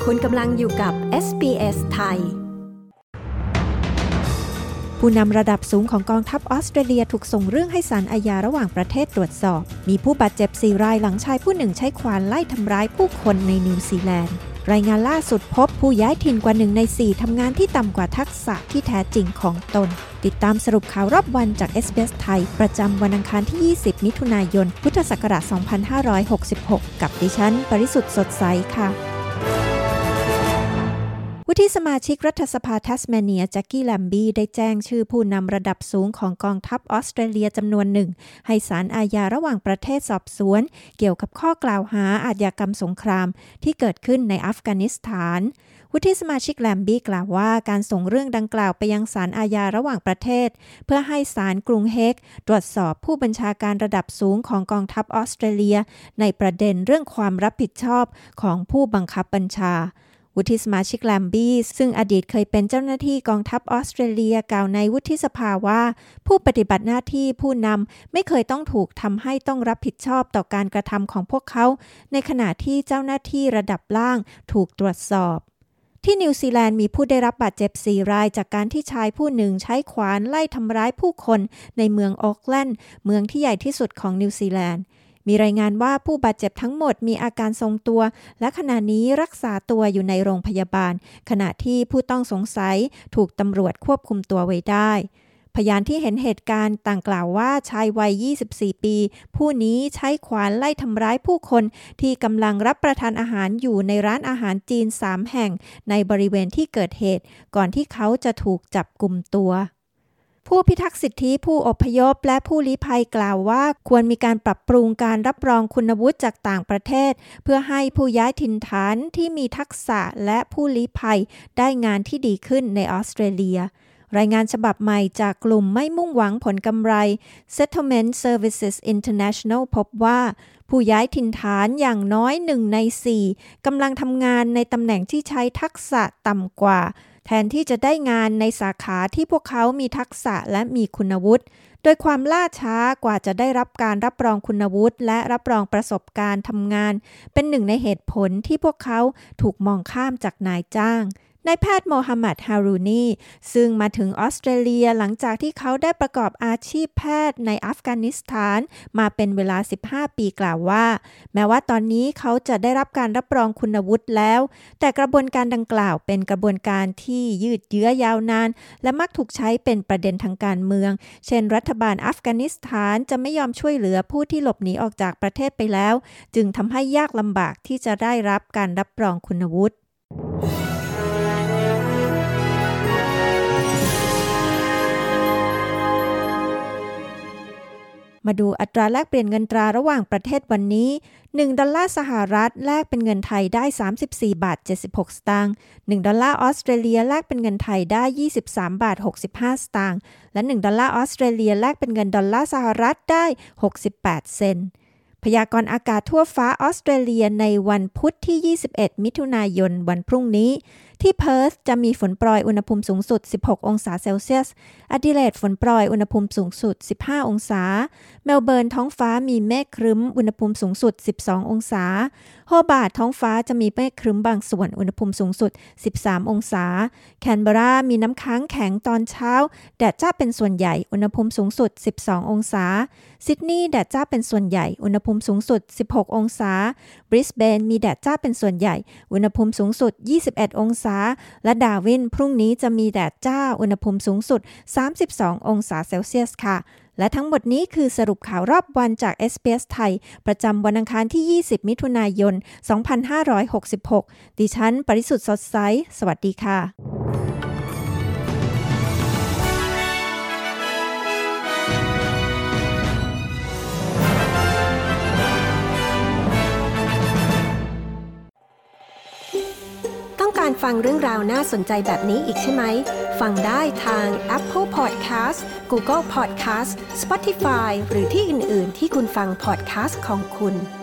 คุณกำลังอยู่กับ SBS ไทยผู้นำระดับสูงของกองทัพออสเตรเลียถูกส่งเรื่องให้ศาลอาญาระหว่างประเทศตรวจสอบมีผู้บาดเจ็บ4 รายหลังชายผู้หนึ่งใช้ขวานไล่ทำร้ายผู้คนในนิวซีแลนด์รายงานล่าสุดพบผู้ย้ายถิ่นกว่า1 ใน 4ทำงานที่ต่ำกว่าทักษะที่แท้จริงของตนติดตามสรุปข่าวรอบวันจาก SBS ไทยประจำวันอังคารที่ 20 มิถุนายน พุทธศักราช 2566 กับดิฉันปริสุทธิ์สดใสค่ะวุฒิสมาชิกรัฐสภาทัสเมเนียแจ็คกี้แลมบี้ได้แจ้งชื่อผู้นำระดับสูงของกองทัพออสเตรเลียจำนวนหนึ่งให้ศาลอาญาระหว่างประเทศสอบสวนเกี่ยวกับข้อกล่าวหาอาชญากรรมสงครามที่เกิดขึ้นในอัฟกานิสถานวุฒิสมาชิกแลมบี้กล่าวว่าการส่งเรื่องดังกล่าวไปยังศาลอาญาระหว่างประเทศเพื่อให้ศาลกรุงเฮกตรวจสอบผู้บัญชาการระดับสูงของกองทัพออสเตรเลียในประเด็นเรื่องความรับผิดชอบของผู้บังคับบัญชาวุฒิสมาชิกแลมบี้ซึ่งอดีตเคยเป็นเจ้าหน้าที่กองทัพออสเตรเลียกล่าวในวุฒิสภาว่าผู้ปฏิบัติหน้าที่ผู้นำไม่เคยต้องถูกทำให้ต้องรับผิดชอบต่อการกระทำของพวกเขาในขณะที่เจ้าหน้าที่ระดับล่างถูกตรวจสอบที่นิวซีแลนด์มีผู้ได้รับบาดเจ็บ4 รายจากการที่ชายผู้หนึ่งใช้ขวานไล่ทำร้ายผู้คนในเมืองโอ๊คแลนด์เมืองที่ใหญ่ที่สุดของนิวซีแลนด์มีรายงานว่าผู้บาดเจ็บทั้งหมดมีอาการทรงตัวและขณะนี้รักษาตัวอยู่ในโรงพยาบาลขณะที่ผู้ต้องสงสัยถูกตำรวจควบคุมตัวไว้ได้พยานที่เห็นเหตุการณ์ต่างกล่าวว่าชายวัย24 ปีผู้นี้ใช้ขวานไล่ทำร้ายผู้คนที่กำลังรับประทานอาหารอยู่ในร้านอาหารจีน3 แห่งในบริเวณที่เกิดเหตุก่อนที่เขาจะถูกจับกุมตัวผู้พิทักษ์สิทธิผู้อพยพและผู้ลี้ภัยกล่าวว่าควรมีการปรับปรุงการรับรองคุณวุฒิจากต่างประเทศเพื่อให้ผู้ย้ายถิ่นฐานที่มีทักษะและผู้ลี้ภัยได้งานที่ดีขึ้นในออสเตรเลียรายงานฉบับใหม่จากกลุ่มไม่มุ่งหวังผลกำไร Settlement Services International พบว่าผู้ย้ายถิ่นฐานอย่างน้อย1 ใน 4กำลังทำงานในตำแหน่งที่ใช้ทักษะต่ำกว่าแทนที่จะได้งานในสาขาที่พวกเขามีทักษะและมีคุณวุฒิโดยความล่าช้ากว่าจะได้รับการรับรองคุณวุฒิและรับรองประสบการณ์ทำงานเป็น1 ในเหตุผลที่พวกเขาถูกมองข้ามจากนายจ้างนายแพทย์โมฮัมหมัดฮารูนีซึ่งมาถึงออสเตรเลียหลังจากที่เขาได้ประกอบอาชีพแพทย์ในอัฟกานิสถานมาเป็นเวลา15 ปีกล่าวว่าแม้ว่าตอนนี้เขาจะได้รับการรับรองคุณวุฒิแล้วแต่กระบวนการดังกล่าวเป็นกระบวนการที่ยืดเยื้อยาวนานและมักถูกใช้เป็นประเด็นทางการเมืองเช่นรัฐบาลอัฟกานิสถานจะไม่ยอมช่วยเหลือผู้ที่หลบหนีออกจากประเทศไปแล้วจึงทำให้ยากลำบากที่จะได้รับการรับรองคุณวุฒิมาดูอัตราแลกเปลี่ยนเงินตราระหว่างประเทศวันนี้$1สหรัฐแลกเป็นเงินไทยได้ 34.76 สตางค์$1ออสเตรเลียแลกเป็นเงินไทยได้ 23.65 สตางค์และ$ออสเตรเลียแลกเป็นเงินดอลลาร์สหรัฐได้68 เซนต์พยากรณ์อากาศทั่วฟ้าออสเตรเลียในวันพุธที่21 มิถุนายนวันพรุ่งนี้ที่เพิร์ธจะมีฝนโปรยอุณหภูมิสูงสุด16 องศาเซลเซียสอดิเลดฝนโปรยอุณหภูมิสูงสุด15 องศาเมลเบิร์นท้องฟ้ามีเมฆครึ้มอุณหภูมิสูงสุด12 องศาโฮบาร์ตท้องฟ้าจะมีเมฆครึ้มบางส่วนอุณหภูมิสูงสุด13 องศาแคนเบรามีน้ำค้างแข็งตอนเช้าแดดจ้าเป็นส่วนใหญ่อุณหภูมิสูงสุด12 องศาซิดนีย์แดดจ้าเป็นส่วนใหญ่อุณหภูมิสูงสุด16 องศาบริสเบนมีแดดจ้าเป็นส่วนใหญ่อุณหภูมิสูงสุด21 องศาและดาร์วินพรุ่งนี้จะมีแดดจ้าอุณหภูมิสูงสุด32 องศาเซลเซียสค่ะและทั้งหมดนี้คือสรุปข่าวรอบวันจาก SBS ไทยประจำวันอังคารที่20 มิถุนายน 2566ดิฉันปริสุทธิ์สดใสสวัสดีค่ะต้องการฟังเรื่องราวน่าสนใจแบบนี้อีกใช่ไหมฟังได้ทาง Apple Podcast Google Podcast Spotify หรือที่อื่นๆที่คุณฟัง podcast ของคุณ